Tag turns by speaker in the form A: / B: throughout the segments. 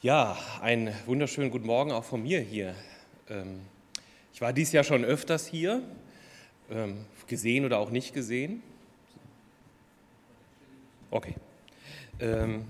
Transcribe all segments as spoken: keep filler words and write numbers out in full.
A: Ja, einen wunderschönen guten Morgen auch von mir hier. Ähm, ich war dieses Jahr schon öfters hier, ähm, gesehen oder auch nicht gesehen. Okay. Ähm,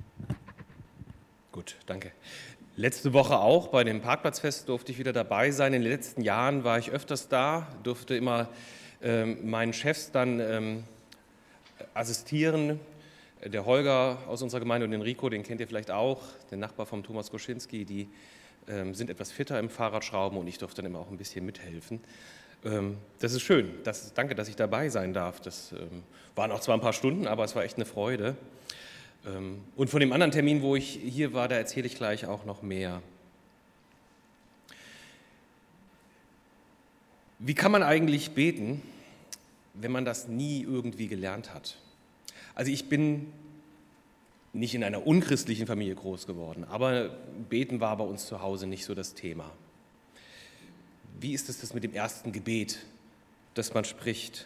A: gut, danke. Letzte Woche auch bei dem Parkplatzfest durfte ich wieder dabei sein. In den letzten Jahren war ich öfters da, durfte immer ähm, meinen Chefs dann ähm, assistieren. Der Holger aus unserer Gemeinde und den Rico, den kennt ihr vielleicht auch, der Nachbar von Thomas Goschinski, die ähm, sind etwas fitter im Fahrradschrauben und ich durfte dann immer auch ein bisschen mithelfen. Ähm, das ist schön, das, danke, dass ich dabei sein darf. Das ähm, waren auch zwar ein paar Stunden, aber es war echt eine Freude. Ähm, und von dem anderen Termin, wo ich hier war, da erzähle ich gleich auch noch mehr. Wie kann man eigentlich beten, wenn man das nie irgendwie gelernt hat? Also ich bin nicht in einer unchristlichen Familie groß geworden, aber Beten war bei uns zu Hause nicht so das Thema. Wie ist es das mit dem ersten Gebet, das man spricht?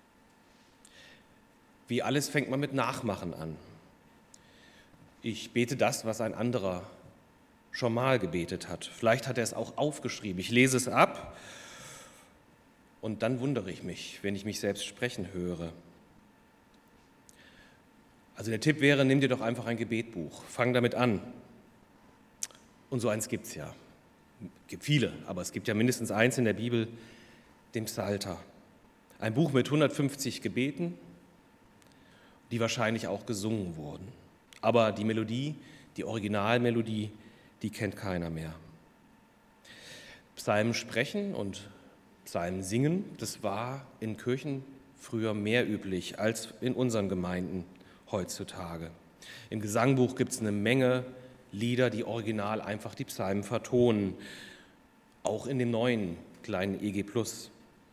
A: Wie alles fängt man mit Nachmachen an. Ich bete das, was ein anderer schon mal gebetet hat. Vielleicht hat er es auch aufgeschrieben. Ich lese es ab und dann wundere ich mich, wenn ich mich selbst sprechen höre. Also der Tipp wäre, nimm dir doch einfach ein Gebetbuch, fang damit an. Und so eins gibt es ja. Es gibt viele, aber es gibt ja mindestens eins in der Bibel, den Psalter. Ein Buch mit hundertfünfzig Gebeten, die wahrscheinlich auch gesungen wurden. Aber die Melodie, die Originalmelodie, die kennt keiner mehr. Psalmen sprechen und Psalmen singen, das war in Kirchen früher mehr üblich als in unseren Gemeinden heutzutage. Im Gesangbuch gibt es eine Menge Lieder, die original einfach die Psalmen vertonen, auch in dem neuen kleinen E G Plus.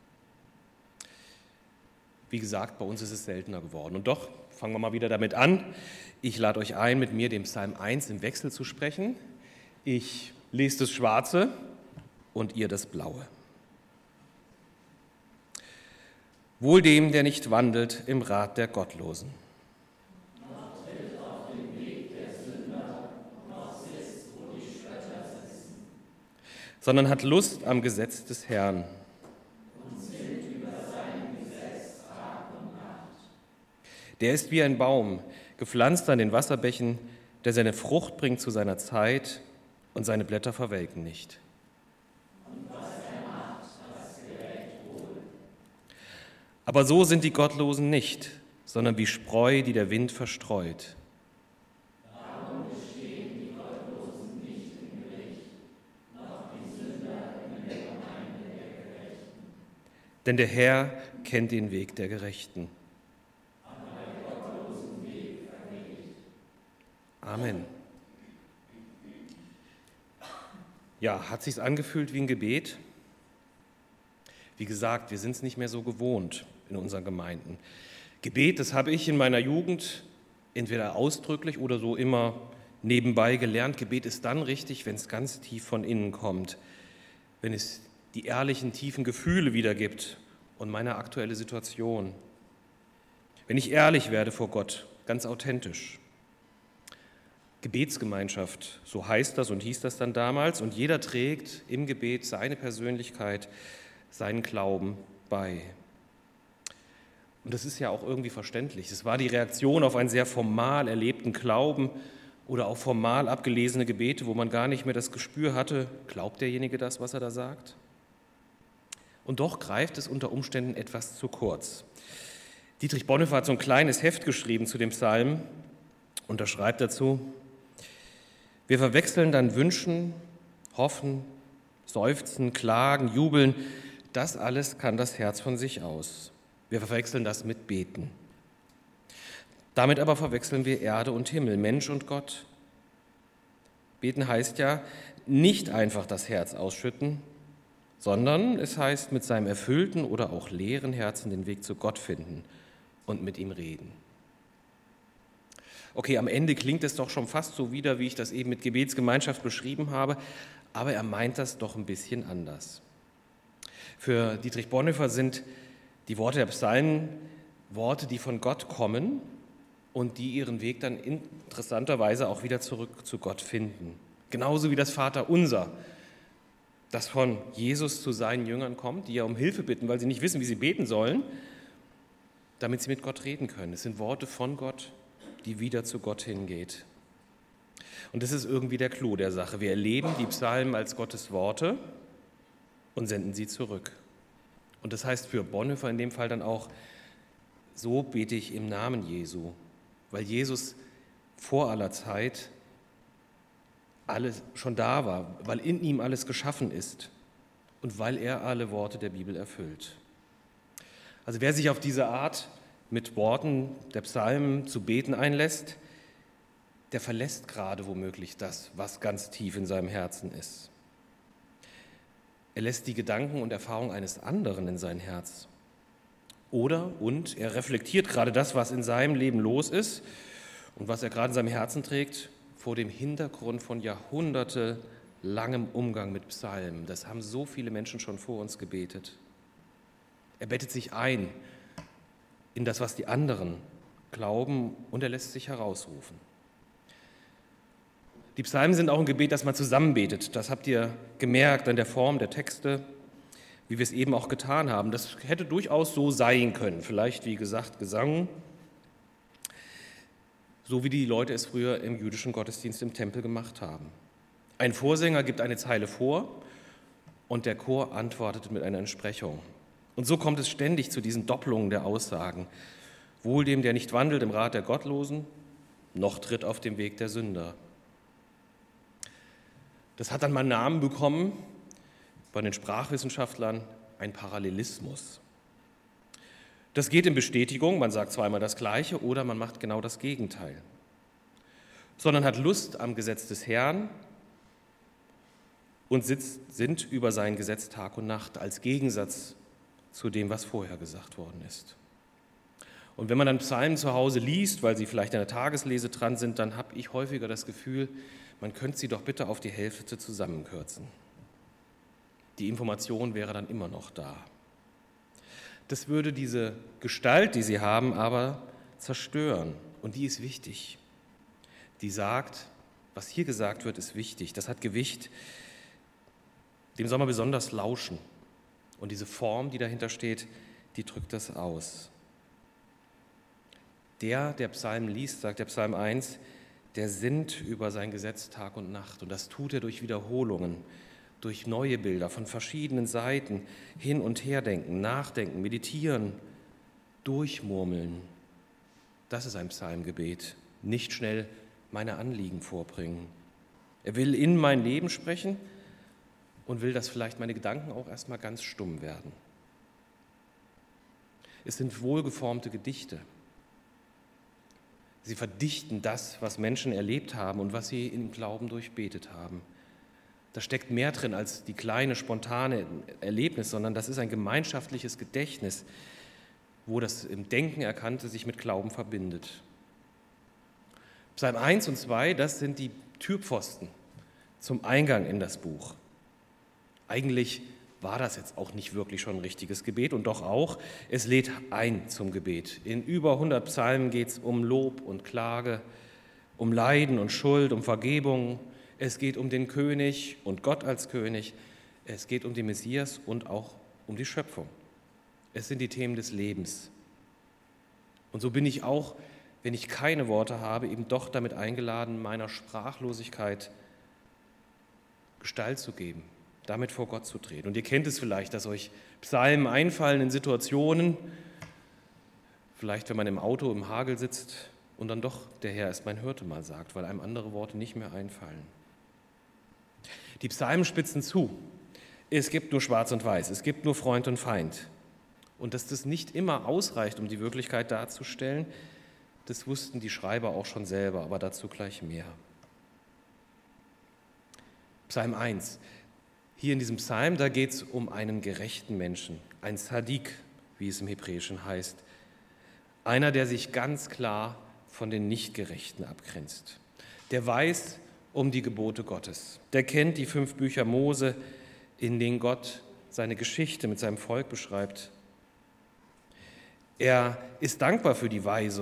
A: Wie gesagt, bei uns ist es seltener geworden. Und doch, fangen wir mal wieder damit an. Ich lade euch ein, mit mir den Psalm eins im Wechsel zu sprechen. Ich lese das Schwarze und ihr das Blaue. Wohl dem, der nicht wandelt im Rat der Gottlosen, sondern hat Lust am Gesetz des Herrn. Und sinnt über sein Gesetz Tag und Nacht. Der ist wie ein Baum, gepflanzt an den Wasserbächen, der seine Frucht bringt zu seiner Zeit und seine Blätter verwelken nicht. Und was er macht, das gerät wohl. Aber so sind die Gottlosen nicht, sondern wie Spreu, die der Wind verstreut. Denn der Herr kennt den Weg der Gerechten. Amen. Ja, hat sich's angefühlt wie ein Gebet? Wie gesagt, wir sind es nicht mehr so gewohnt in unseren Gemeinden. Gebet, das habe ich in meiner Jugend entweder ausdrücklich oder so immer nebenbei gelernt. Gebet ist dann richtig, wenn es ganz tief von innen kommt, wenn es die ehrlichen, tiefen Gefühle wiedergibt und meine aktuelle Situation. Wenn ich ehrlich werde vor Gott, ganz authentisch. Gebetsgemeinschaft, so heißt das und hieß das dann damals. Und jeder trägt im Gebet seine Persönlichkeit, seinen Glauben bei. Und das ist ja auch irgendwie verständlich. Es war die Reaktion auf einen sehr formal erlebten Glauben oder auf formal abgelesene Gebete, wo man gar nicht mehr das Gespür hatte, glaubt derjenige das, was er da sagt? Und doch greift es unter Umständen etwas zu kurz. Dietrich Bonhoeffer hat so ein kleines Heft geschrieben zu dem Psalm und er schreibt dazu: Wir verwechseln dann Wünschen, Hoffen, Seufzen, Klagen, Jubeln. Das alles kann das Herz von sich aus. Wir verwechseln das mit Beten. Damit aber verwechseln wir Erde und Himmel, Mensch und Gott. Beten heißt ja nicht einfach das Herz ausschütten, sondern es heißt mit seinem erfüllten oder auch leeren Herzen den Weg zu Gott finden und mit ihm reden. Okay, am Ende klingt es doch schon fast so wieder, wie ich das eben mit Gebetsgemeinschaft beschrieben habe, aber er meint das doch ein bisschen anders. Für Dietrich Bonhoeffer sind die Worte der Psalmen Worte, die von Gott kommen und die ihren Weg dann interessanterweise auch wieder zurück zu Gott finden. Genauso wie das Vaterunser, das von Jesus zu seinen Jüngern kommt, die ja um Hilfe bitten, weil sie nicht wissen, wie sie beten sollen, damit sie mit Gott reden können. Es sind Worte von Gott, die wieder zu Gott hingeht. Und das ist irgendwie der Clou der Sache. Wir erleben die Psalmen als Gottes Worte und senden sie zurück. Und das heißt für Bonhoeffer in dem Fall dann auch, so bete ich im Namen Jesu, weil Jesus vor aller Zeit alles schon da war, weil in ihm alles geschaffen ist und weil er alle Worte der Bibel erfüllt. Also wer sich auf diese Art mit Worten der Psalmen zu beten einlässt, der verlässt gerade womöglich das, was ganz tief in seinem Herzen ist. Er lässt die Gedanken und Erfahrungen eines anderen in sein Herz. Oder, und er reflektiert gerade das, was in seinem Leben los ist und was er gerade in seinem Herzen trägt, vor dem Hintergrund von jahrhundertelangem Umgang mit Psalmen. Das haben so viele Menschen schon vor uns gebetet. Er bettet sich ein in das, was die anderen glauben, und er lässt sich herausrufen. Die Psalmen sind auch ein Gebet, das man zusammen betet. Das habt ihr gemerkt an der Form der Texte, wie wir es eben auch getan haben. Das hätte durchaus so sein können. Vielleicht, wie gesagt, Gesang, so wie die Leute es früher im jüdischen Gottesdienst im Tempel gemacht haben. Ein Vorsänger gibt eine Zeile vor und der Chor antwortet mit einer Entsprechung. Und so kommt es ständig zu diesen Doppelungen der Aussagen. Wohl dem, der nicht wandelt im Rat der Gottlosen, noch tritt auf dem Weg der Sünder. Das hat dann mal einen Namen bekommen, bei den Sprachwissenschaftlern ein Parallelismus. Das geht in Bestätigung, man sagt zweimal das Gleiche oder man macht genau das Gegenteil. Sondern hat Lust am Gesetz des Herrn und sitzt, sind über sein Gesetz Tag und Nacht als Gegensatz zu dem, was vorher gesagt worden ist. Und wenn man dann Psalmen zu Hause liest, weil sie vielleicht in der Tageslese dran sind, dann habe ich häufiger das Gefühl, man könnte sie doch bitte auf die Hälfte zusammenkürzen. Die Information wäre dann immer noch da. Das würde diese Gestalt, die sie haben, aber zerstören. Und die ist wichtig. Die sagt, was hier gesagt wird, ist wichtig. Das hat Gewicht. Dem soll man besonders lauschen. Und diese Form, die dahinter steht, die drückt das aus. Der, der Psalmen liest, sagt der Psalm eins, der sinnt über sein Gesetz Tag und Nacht. Und das tut er durch Wiederholungen, durch neue Bilder von verschiedenen Seiten, hin und her denken, nachdenken, meditieren, durchmurmeln. Das ist ein Psalmgebet. Nicht schnell meine Anliegen vorbringen. Er will in mein Leben sprechen und will, dass vielleicht meine Gedanken auch erstmal ganz stumm werden. Es sind wohlgeformte Gedichte. Sie verdichten das, was Menschen erlebt haben und was sie im Glauben durchbetet haben. Da steckt mehr drin als die kleine, spontane Erlebnis, sondern das ist ein gemeinschaftliches Gedächtnis, wo das im Denken Erkannte sich mit Glauben verbindet. Psalm eins und zwei, das sind die Türpfosten zum Eingang in das Buch. Eigentlich war das jetzt auch nicht wirklich schon ein richtiges Gebet und doch auch, es lädt ein zum Gebet. In über hundert Psalmen geht es um Lob und Klage, um Leiden und Schuld, um Vergebung. Es geht um den König und Gott als König. Es geht um den Messias und auch um die Schöpfung. Es sind die Themen des Lebens. Und so bin ich auch, wenn ich keine Worte habe, eben doch damit eingeladen, meiner Sprachlosigkeit Gestalt zu geben, damit vor Gott zu treten. Und ihr kennt es vielleicht, dass euch Psalmen einfallen in Situationen, vielleicht wenn man im Auto im Hagel sitzt und dann doch der Herr ist mein Hirte mal sagt, weil einem andere Worte nicht mehr einfallen. Die Psalmen spitzen zu. Es gibt nur Schwarz und Weiß, es gibt nur Freund und Feind. Und dass das nicht immer ausreicht, um die Wirklichkeit darzustellen, das wussten die Schreiber auch schon selber, aber dazu gleich mehr. Psalm eins. Hier in diesem Psalm, da geht es um einen gerechten Menschen, ein Sadik, wie es im Hebräischen heißt. Einer, der sich ganz klar von den Nichtgerechten abgrenzt. Der weiß um die Gebote Gottes. Der kennt die fünf Bücher Mose, in denen Gott seine Geschichte mit seinem Volk beschreibt. Er ist dankbar für die Weisung,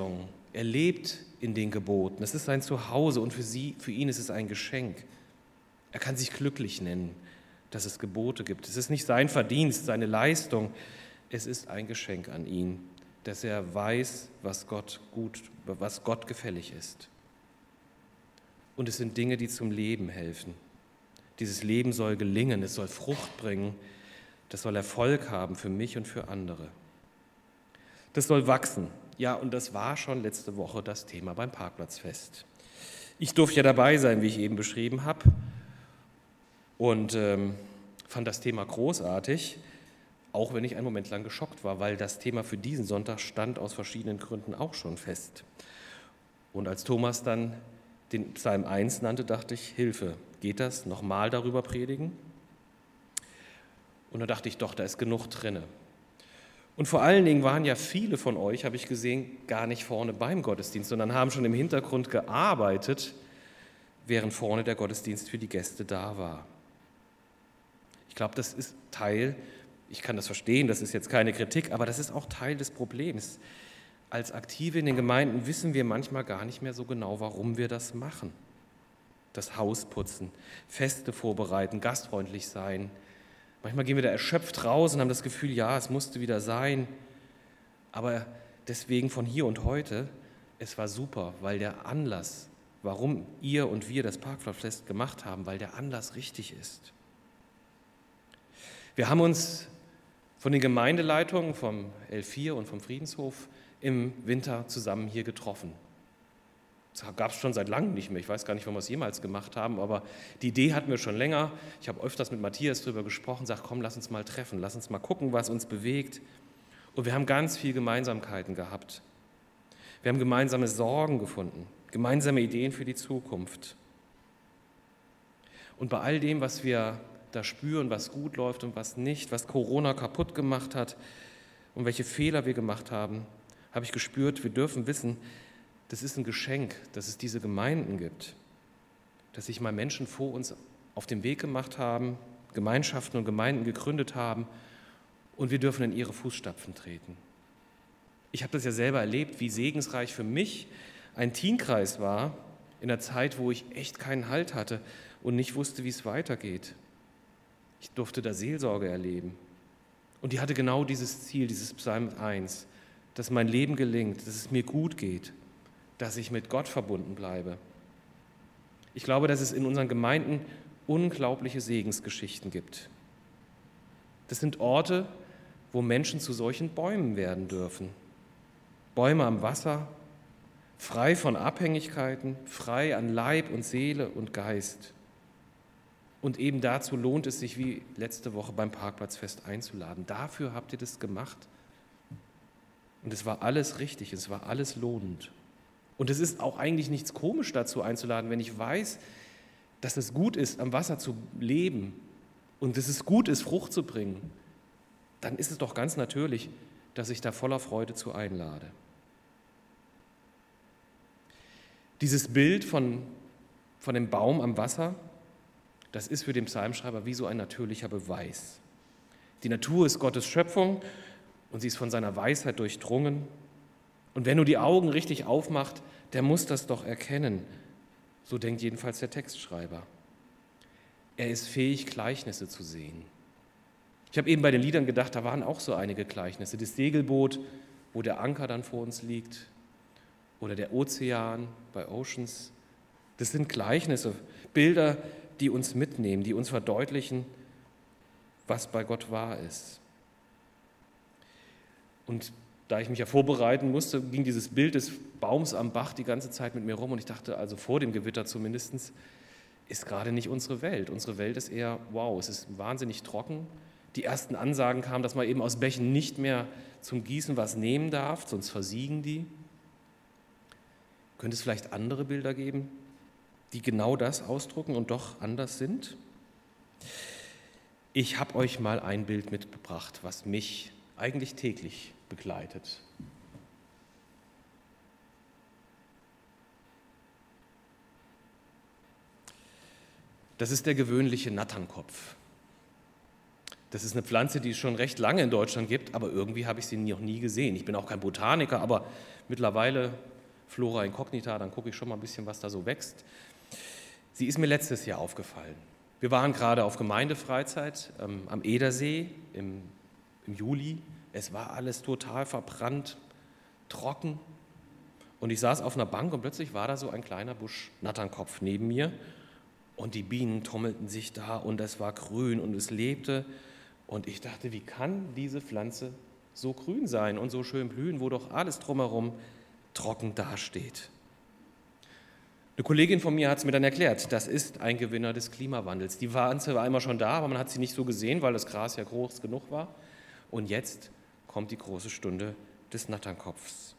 A: Er lebt in den Geboten. Es ist sein Zuhause und für sie, für ihn ist es ein Geschenk. Er kann sich glücklich nennen, dass es Gebote gibt. Es ist nicht sein Verdienst, seine Leistung. Es ist ein Geschenk an ihn, dass er weiß, was Gott gut, was Gott gefällig ist. Und es sind Dinge, die zum Leben helfen. Dieses Leben soll gelingen, es soll Frucht bringen, das soll Erfolg haben für mich und für andere. Das soll wachsen. Ja, und das war schon letzte Woche das Thema beim Parkplatzfest. Ich durfte ja dabei sein, wie ich eben beschrieben habe, und ähm, fand das Thema großartig, auch wenn ich einen Moment lang geschockt war, weil das Thema für diesen Sonntag stand aus verschiedenen Gründen auch schon fest. Und als Thomas dann den Psalm eins nannte, dachte ich, Hilfe, geht das? Nochmal darüber predigen? Und da dachte ich, doch, da ist genug drinne. Und vor allen Dingen waren ja viele von euch, habe ich gesehen, gar nicht vorne beim Gottesdienst, sondern haben schon im Hintergrund gearbeitet, während vorne der Gottesdienst für die Gäste da war. Ich glaube, das ist Teil, ich kann das verstehen, das ist jetzt keine Kritik, aber das ist auch Teil des Problems. Als Aktive in den Gemeinden wissen wir manchmal gar nicht mehr so genau, warum wir das machen. Das Haus putzen, Feste vorbereiten, gastfreundlich sein. Manchmal gehen wir da erschöpft raus und haben das Gefühl, ja, es musste wieder sein. Aber deswegen von hier und heute, es war super, weil der Anlass, warum ihr und wir das Parkplatzfest gemacht haben, weil der Anlass richtig ist. Wir haben uns von den Gemeindeleitungen vom L vier und vom Friedenshof im Winter zusammen hier getroffen. Das gab es schon seit langem nicht mehr. Ich weiß gar nicht, wann wir es jemals gemacht haben, aber die Idee hatten wir schon länger. Ich habe öfters mit Matthias darüber gesprochen, sage, komm, lass uns mal treffen, lass uns mal gucken, was uns bewegt. Und wir haben ganz viele Gemeinsamkeiten gehabt. Wir haben gemeinsame Sorgen gefunden, gemeinsame Ideen für die Zukunft. Und bei all dem, was wir da spüren, was gut läuft und was nicht, was Corona kaputt gemacht hat und welche Fehler wir gemacht haben, habe ich gespürt, wir dürfen wissen, das ist ein Geschenk, dass es diese Gemeinden gibt, dass sich mal Menschen vor uns auf den Weg gemacht haben, Gemeinschaften und Gemeinden gegründet haben und wir dürfen in ihre Fußstapfen treten. Ich habe das ja selber erlebt, wie segensreich für mich ein Teenkreis war in der Zeit, wo ich echt keinen Halt hatte und nicht wusste, wie es weitergeht. Ich durfte da Seelsorge erleben und die hatte genau dieses Ziel, dieses Psalm eins, dass mein Leben gelingt, dass es mir gut geht, dass ich mit Gott verbunden bleibe. Ich glaube, dass es in unseren Gemeinden unglaubliche Segensgeschichten gibt. Das sind Orte, wo Menschen zu solchen Bäumen werden dürfen. Bäume am Wasser, frei von Abhängigkeiten, frei an Leib und Seele und Geist. Und eben dazu lohnt es sich, wie letzte Woche beim Parkplatzfest einzuladen. Dafür habt ihr das gemacht. Und es war alles richtig, es war alles lohnend. Und es ist auch eigentlich nichts komisch dazu einzuladen, wenn ich weiß, dass es gut ist, am Wasser zu leben und dass es gut ist, Frucht zu bringen, dann ist es doch ganz natürlich, dass ich da voller Freude zu einlade. Dieses Bild von, von dem Baum am Wasser, das ist für den Psalmschreiber wie so ein natürlicher Beweis. Die Natur ist Gottes Schöpfung und sie ist von seiner Weisheit durchdrungen. Und wer nur die Augen richtig aufmacht, der muss das doch erkennen. So denkt jedenfalls der Textschreiber. Er ist fähig, Gleichnisse zu sehen. Ich habe eben bei den Liedern gedacht, da waren auch so einige Gleichnisse. Das Segelboot, wo der Anker dann vor uns liegt, oder der Ozean bei Oceans. Das sind Gleichnisse, Bilder, die uns mitnehmen, die uns verdeutlichen, was bei Gott wahr ist. Und da ich mich ja vorbereiten musste, ging dieses Bild des Baums am Bach die ganze Zeit mit mir rum und ich dachte, also vor dem Gewitter zumindest, ist gerade nicht unsere Welt. Unsere Welt ist eher, wow, es ist wahnsinnig trocken. Die ersten Ansagen kamen, dass man eben aus Bächen nicht mehr zum Gießen was nehmen darf, sonst versiegen die. Könnte es vielleicht andere Bilder geben, die genau das ausdrücken und doch anders sind? Ich habe euch mal ein Bild mitgebracht, was mich eigentlich täglich begleitet. Das ist der gewöhnliche Natternkopf. Das ist eine Pflanze, die es schon recht lange in Deutschland gibt, aber irgendwie habe ich sie noch nie gesehen. Ich bin auch kein Botaniker, aber mittlerweile Flora incognita, dann gucke ich schon mal ein bisschen, was da so wächst. Sie ist mir letztes Jahr aufgefallen. Wir waren gerade auf Gemeindefreizeit ähm, am Edersee im, im Juli. Es war alles total verbrannt, trocken. Und ich saß auf einer Bank und plötzlich war da so ein kleiner Busch Natternkopf neben mir. Und die Bienen tummelten sich da und es war grün und es lebte. Und ich dachte, wie kann diese Pflanze so grün sein und so schön blühen, wo doch alles drumherum trocken dasteht? Eine Kollegin von mir hat es mir dann erklärt, das ist ein Gewinner des Klimawandels. Die Pflanze war immer schon da, aber man hat sie nicht so gesehen, weil das Gras ja groß genug war. Und jetzt kommt die große Stunde des Natternkopfs.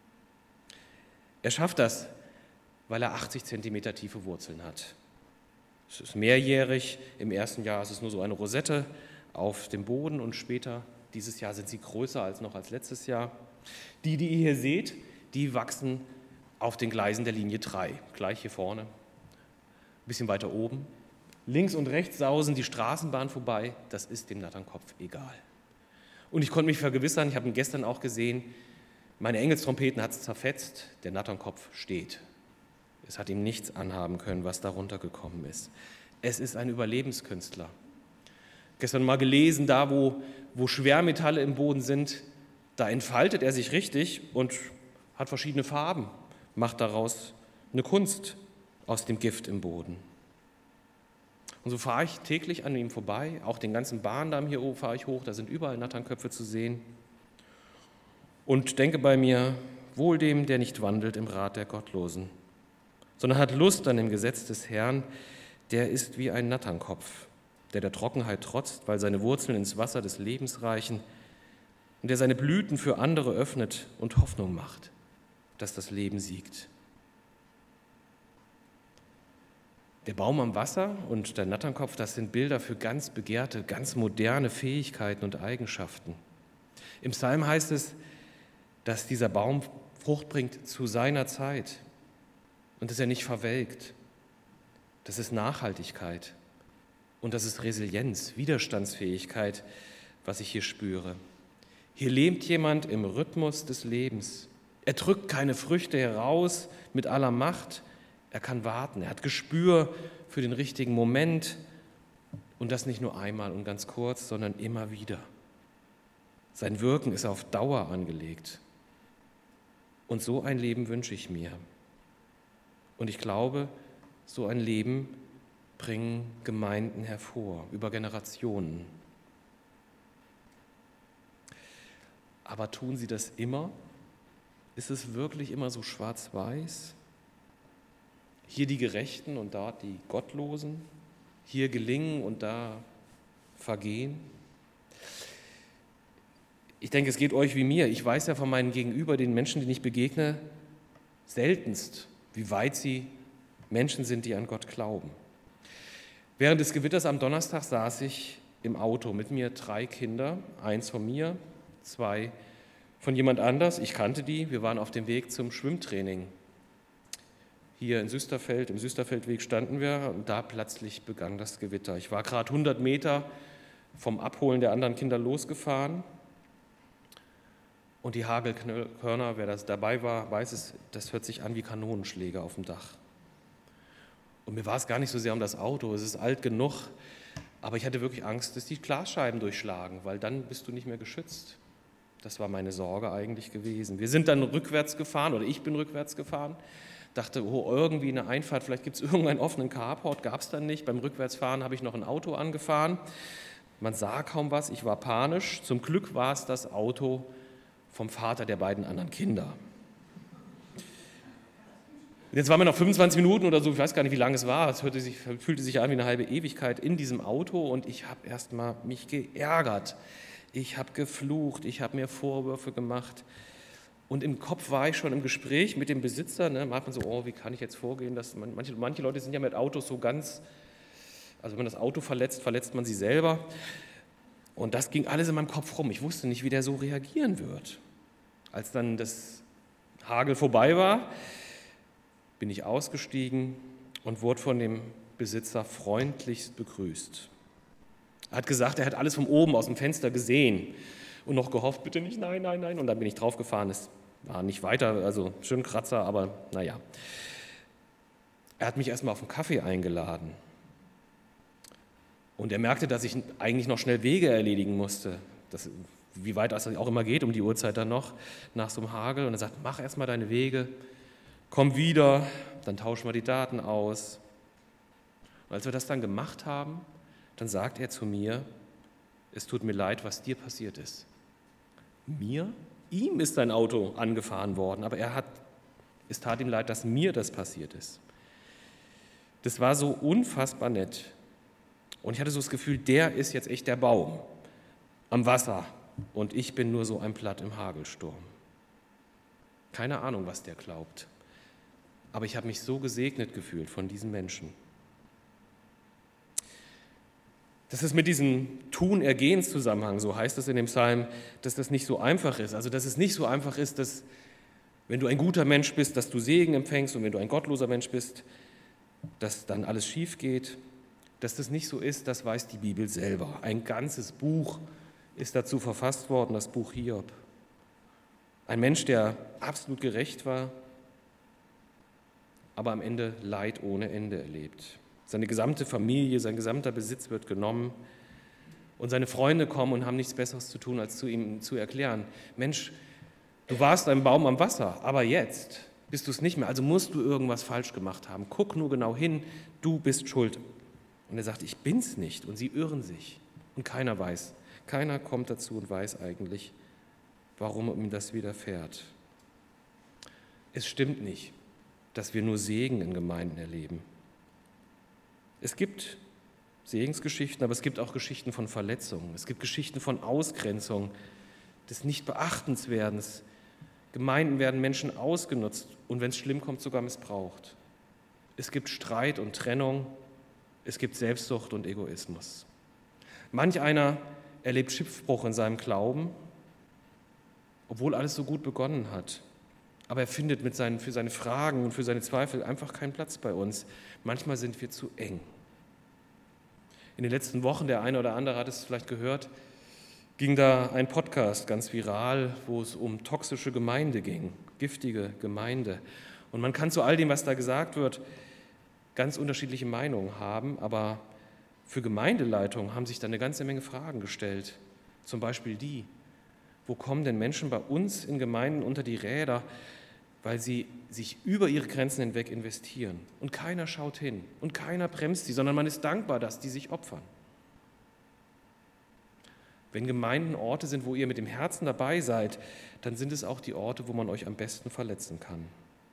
A: Er schafft das, weil er achtzig Zentimeter tiefe Wurzeln hat. Es ist mehrjährig, im ersten Jahr ist es nur so eine Rosette auf dem Boden und später, dieses Jahr sind sie größer als noch als letztes Jahr. Die, die ihr hier seht, die wachsen auf den Gleisen der Linie drei, gleich hier vorne, ein bisschen weiter oben. Links und rechts sausen die Straßenbahn vorbei, das ist dem Natternkopf egal. Und ich konnte mich vergewissern, ich habe ihn gestern auch gesehen, meine Engelstrompeten hat es zerfetzt, der Natternkopf steht. Es hat ihm nichts anhaben können, was darunter gekommen ist. Es ist ein Überlebenskünstler. Gestern mal gelesen, da wo, wo Schwermetalle im Boden sind, da entfaltet er sich richtig und hat verschiedene Farben, macht daraus eine Kunst aus dem Gift im Boden. Und so fahre ich täglich an ihm vorbei, auch den ganzen Bahndamm hier oben fahre ich hoch, da sind überall Natternköpfe zu sehen. Und denke bei mir, wohl dem, der nicht wandelt im Rat der Gottlosen, sondern hat Lust an dem Gesetz des Herrn, der ist wie ein Natternkopf, der der Trockenheit trotzt, weil seine Wurzeln ins Wasser des Lebens reichen und der seine Blüten für andere öffnet und Hoffnung macht, dass das Leben siegt. Der Baum am Wasser und der Natternkopf, das sind Bilder für ganz begehrte, ganz moderne Fähigkeiten und Eigenschaften. Im Psalm heißt es, dass dieser Baum Frucht bringt zu seiner Zeit und dass er nicht verwelkt. Das ist Nachhaltigkeit und das ist Resilienz, Widerstandsfähigkeit, was ich hier spüre. Hier lebt jemand im Rhythmus des Lebens. Er drückt keine Früchte heraus mit aller Macht. Er kann warten. Er hat Gespür für den richtigen Moment und das nicht nur einmal und ganz kurz, sondern immer wieder. Sein Wirken ist auf Dauer angelegt. Und so ein Leben wünsche ich mir. Und ich glaube, so ein Leben bringen Gemeinden hervor, über Generationen. Aber tun sie das immer? Ist es wirklich immer so schwarz-weiß? Hier die Gerechten und dort die Gottlosen? Hier gelingen und da vergehen? Ich denke, es geht euch wie mir. Ich weiß ja von meinen Gegenüber, den Menschen, denen ich begegne, seltenst, wie weit sie Menschen sind, die an Gott glauben. Während des Gewitters am Donnerstag saß ich im Auto, mit mir drei Kinder, eins von mir, zwei von jemand anders. Ich kannte die, wir waren auf dem Weg zum Schwimmtraining. Hier in Süsterfeld, im Süsterfeldweg standen wir und da plötzlich begann das Gewitter. Ich war gerade hundert Meter vom Abholen der anderen Kinder losgefahren. Und die Hagelkörner, wer das dabei war, weiß es, das hört sich an wie Kanonenschläge auf dem Dach. Und mir war es gar nicht so sehr um das Auto, es ist alt genug, aber ich hatte wirklich Angst, dass die Glasscheiben durchschlagen, weil dann bist du nicht mehr geschützt. Das war meine Sorge eigentlich gewesen. Wir sind dann rückwärts gefahren, oder ich bin rückwärts gefahren, dachte, oh, irgendwie eine Einfahrt, vielleicht gibt es irgendeinen offenen Carport, gab es dann nicht. Beim Rückwärtsfahren habe ich noch ein Auto angefahren. Man sah kaum was, ich war panisch. Zum Glück war es das Auto vom Vater der beiden anderen Kinder. Jetzt waren wir noch fünfundzwanzig Minuten oder so, ich weiß gar nicht, wie lange es war, es hörte sich, fühlte sich an wie eine halbe Ewigkeit in diesem Auto und ich habe erst mal mich geärgert. Ich habe geflucht, ich habe mir Vorwürfe gemacht und im Kopf war ich schon im Gespräch mit dem Besitzer, ne, man hat man so, oh, wie kann ich jetzt vorgehen, dass man, manche, manche Leute sind ja mit Autos so ganz, also wenn man das Auto verletzt, verletzt man sie selber. Und das ging alles in meinem Kopf rum. Ich wusste nicht, wie der so reagieren wird. Als dann das Hagel vorbei war, bin ich ausgestiegen und wurde von dem Besitzer freundlichst begrüßt. Er hat gesagt, er hat alles von oben aus dem Fenster gesehen und noch gehofft, bitte nicht, nein, nein, nein. Und dann bin ich draufgefahren, es War nicht weiter, also schön Kratzer, aber naja. Er hat mich erstmal auf einen Kaffee eingeladen. Und er merkte, dass ich eigentlich noch schnell Wege erledigen musste. Das, wie weit das auch immer geht, um die Uhrzeit dann noch, nach so einem Hagel. Und er sagt, mach erstmal deine Wege, komm wieder, dann tauschen wir die Daten aus. Und als wir das dann gemacht haben, dann sagt er zu mir, es tut mir leid, was dir passiert ist. Mir? Ihm ist sein Auto angefahren worden, aber er hat, es tat ihm leid, dass mir das passiert ist. Das war so unfassbar nett. Und ich hatte so das Gefühl, der ist jetzt echt der Baum am Wasser und ich bin nur so ein Blatt im Hagelsturm. Keine Ahnung, was der glaubt. Aber ich habe mich so gesegnet gefühlt von diesen Menschen. Das ist mit diesem Tun-Ergehens-Zusammenhang, so heißt es in dem Psalm, dass das nicht so einfach ist. Also, dass es nicht so einfach ist, dass, wenn du ein guter Mensch bist, dass du Segen empfängst und wenn du ein gottloser Mensch bist, dass dann alles schief geht. Dass das nicht so ist, das weiß die Bibel selber. Ein ganzes Buch ist dazu verfasst worden, das Buch Hiob. Ein Mensch, der absolut gerecht war, aber am Ende Leid ohne Ende erlebt. Seine gesamte Familie, sein gesamter Besitz wird genommen und seine Freunde kommen und haben nichts Besseres zu tun, als zu ihm zu erklären, Mensch, du warst ein Baum am Wasser, aber jetzt bist du es nicht mehr, also musst du irgendwas falsch gemacht haben. Guck nur genau hin, du bist schuld. Und er sagt, ich bin's nicht und sie irren sich und keiner weiß, keiner kommt dazu und weiß eigentlich, warum ihm das widerfährt. Es stimmt nicht, dass wir nur Segen in Gemeinden erleben. Es gibt Segensgeschichten, aber es gibt auch Geschichten von Verletzungen. Es gibt Geschichten von Ausgrenzung, des Nichtbeachtenswerdens. Gemeinden werden Menschen ausgenutzt und wenn es schlimm kommt, sogar missbraucht. Es gibt Streit und Trennung, es gibt Selbstsucht und Egoismus. Manch einer erlebt Schiffbruch in seinem Glauben, obwohl alles so gut begonnen hat. Aber er findet mit seinen, für seine Fragen und für seine Zweifel einfach keinen Platz bei uns. Manchmal sind wir zu eng. In den letzten Wochen, der eine oder andere hat es vielleicht gehört, ging da ein Podcast ganz viral, wo es um toxische Gemeinde ging, giftige Gemeinde. Und man kann zu all dem, was da gesagt wird, ganz unterschiedliche Meinungen haben, aber für Gemeindeleitung haben sich da eine ganze Menge Fragen gestellt. Zum Beispiel die, wo kommen denn Menschen bei uns in Gemeinden unter die Räder, weil sie sich über ihre Grenzen hinweg investieren. Und keiner schaut hin und keiner bremst sie, sondern man ist dankbar, dass die sich opfern. Wenn Gemeinden Orte sind, wo ihr mit dem Herzen dabei seid, dann sind es auch die Orte, wo man euch am besten verletzen kann.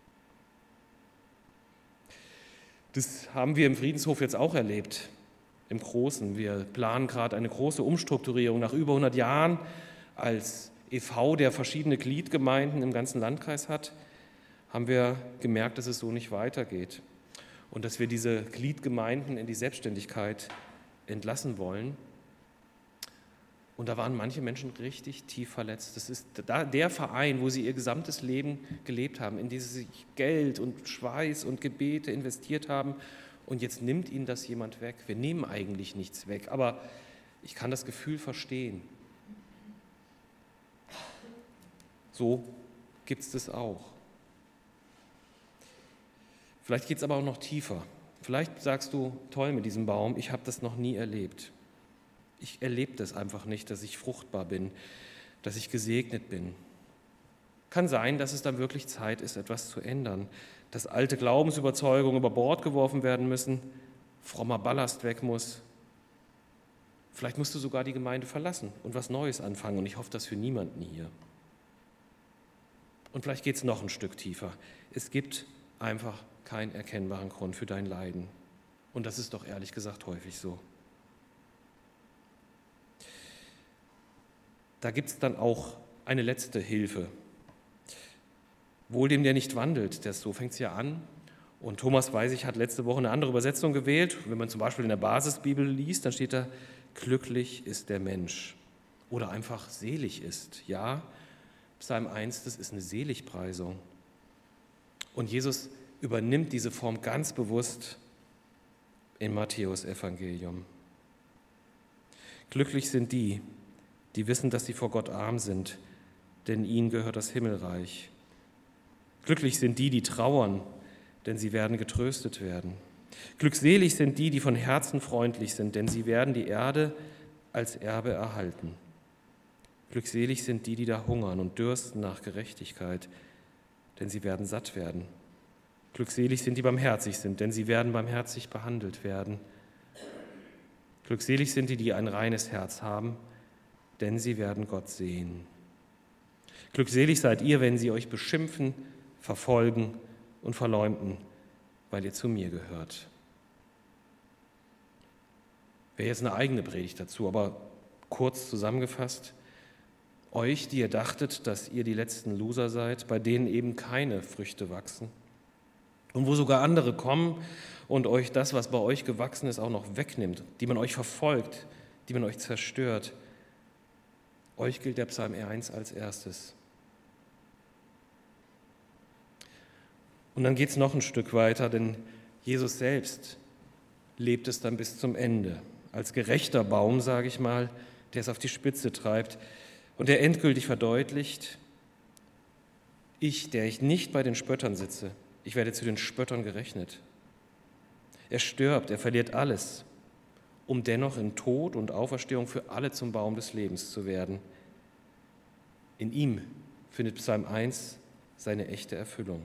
A: Das haben wir im Friedenshof jetzt auch erlebt, im Großen. Wir planen gerade eine große Umstrukturierung nach über hundert Jahren als e V, der verschiedene Gliedgemeinden im ganzen Landkreis hat, haben wir gemerkt, dass es so nicht weitergeht und dass wir diese Gliedgemeinden in die Selbstständigkeit entlassen wollen. Und da waren manche Menschen richtig tief verletzt. Das ist der Verein, wo sie ihr gesamtes Leben gelebt haben, in die sie sich Geld und Schweiß und Gebete investiert haben. Und jetzt nimmt ihnen das jemand weg. Wir nehmen eigentlich nichts weg, aber ich kann das Gefühl verstehen. So gibt es das auch. Vielleicht geht es aber auch noch tiefer. Vielleicht sagst du, toll mit diesem Baum, ich habe das noch nie erlebt. Ich erlebe das einfach nicht, dass ich fruchtbar bin, dass ich gesegnet bin. Kann sein, dass es dann wirklich Zeit ist, etwas zu ändern, dass alte Glaubensüberzeugungen über Bord geworfen werden müssen, frommer Ballast weg muss. Vielleicht musst du sogar die Gemeinde verlassen und was Neues anfangen und ich hoffe, das für niemanden hier. Und vielleicht geht es noch ein Stück tiefer. Es gibt einfach keinen erkennbaren Grund für dein Leiden. Und das ist doch ehrlich gesagt häufig so. Da gibt es dann auch eine letzte Hilfe. Wohl dem, der nicht wandelt, das, so fängt es ja an. Und Thomas Weisig hat letzte Woche eine andere Übersetzung gewählt. Wenn man zum Beispiel in der Basisbibel liest, dann steht da, glücklich ist der Mensch. Oder einfach selig ist. Ja, Psalm eins, das ist eine Seligpreisung. Und Jesus übernimmt diese Form ganz bewusst im Matthäus-Evangelium. Glücklich sind die, die wissen, dass sie vor Gott arm sind, denn ihnen gehört das Himmelreich. Glücklich sind die, die trauern, denn sie werden getröstet werden. Glückselig sind die, die von Herzen freundlich sind, denn sie werden die Erde als Erbe erhalten. Glückselig sind die, die da hungern und dürsten nach Gerechtigkeit, denn sie werden satt werden. Glückselig sind die barmherzig sind, denn sie werden barmherzig behandelt werden. Glückselig sind die, die ein reines Herz haben, denn sie werden Gott sehen. Glückselig seid ihr, wenn sie euch beschimpfen, verfolgen und verleumden, weil ihr zu mir gehört. Wäre jetzt eine eigene Predigt dazu, aber kurz zusammengefasst: Euch, die ihr dachtet, dass ihr die letzten Loser seid, bei denen eben keine Früchte wachsen und wo sogar andere kommen und euch das, was bei euch gewachsen ist, auch noch wegnimmt, die man euch verfolgt, die man euch zerstört. Euch gilt der Psalm eins als erstes. Und dann geht es noch ein Stück weiter, denn Jesus selbst lebt es dann bis zum Ende. Als gerechter Baum, sage ich mal, der es auf die Spitze treibt und der endgültig verdeutlicht: Ich, der ich nicht bei den Spöttern sitze, ich werde zu den Spöttern gerechnet. Er stirbt, er verliert alles, um dennoch in Tod und Auferstehung für alle zum Baum des Lebens zu werden. In ihm findet Psalm eins seine echte Erfüllung.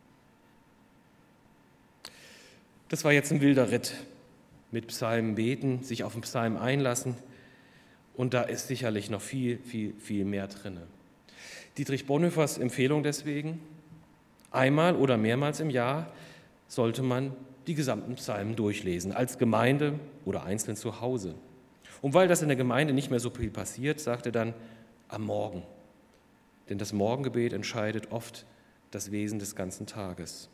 A: Das war jetzt ein wilder Ritt. Mit Psalmen beten, sich auf den Psalm einlassen. Und da ist sicherlich noch viel, viel, viel mehr drin. Dietrich Bonhoeffers Empfehlung deswegen: Einmal oder mehrmals im Jahr sollte man die gesamten Psalmen durchlesen, als Gemeinde oder einzeln zu Hause. Und weil das in der Gemeinde nicht mehr so viel passiert, sagt er dann: am Morgen. Denn das Morgengebet entscheidet oft das Wesen des ganzen Tages.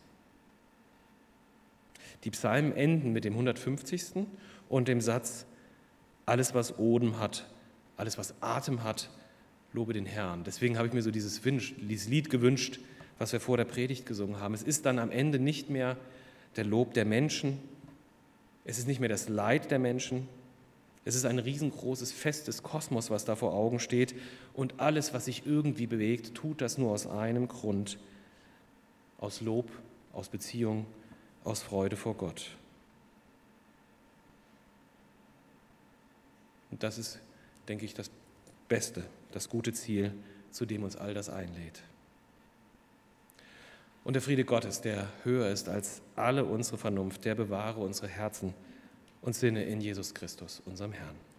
A: Die Psalmen enden mit dem hundertfünfzigsten und dem Satz: Alles, was Odem hat, alles, was Atem hat, lobe den Herrn. Deswegen habe ich mir so dieses, dieses Lied gewünscht, was wir vor der Predigt gesungen haben. Es ist dann am Ende nicht mehr der Lob der Menschen, es ist nicht mehr das Leid der Menschen, es ist ein riesengroßes Fest des Kosmos, was da vor Augen steht, und alles, was sich irgendwie bewegt, tut das nur aus einem Grund: aus Lob, aus Beziehung, aus Freude vor Gott. Und das ist, denke ich, das Beste, das gute Ziel, zu dem uns all das einlädt. Und der Friede Gottes, der höher ist als alle unsere Vernunft, der bewahre unsere Herzen und Sinne in Jesus Christus, unserem Herrn.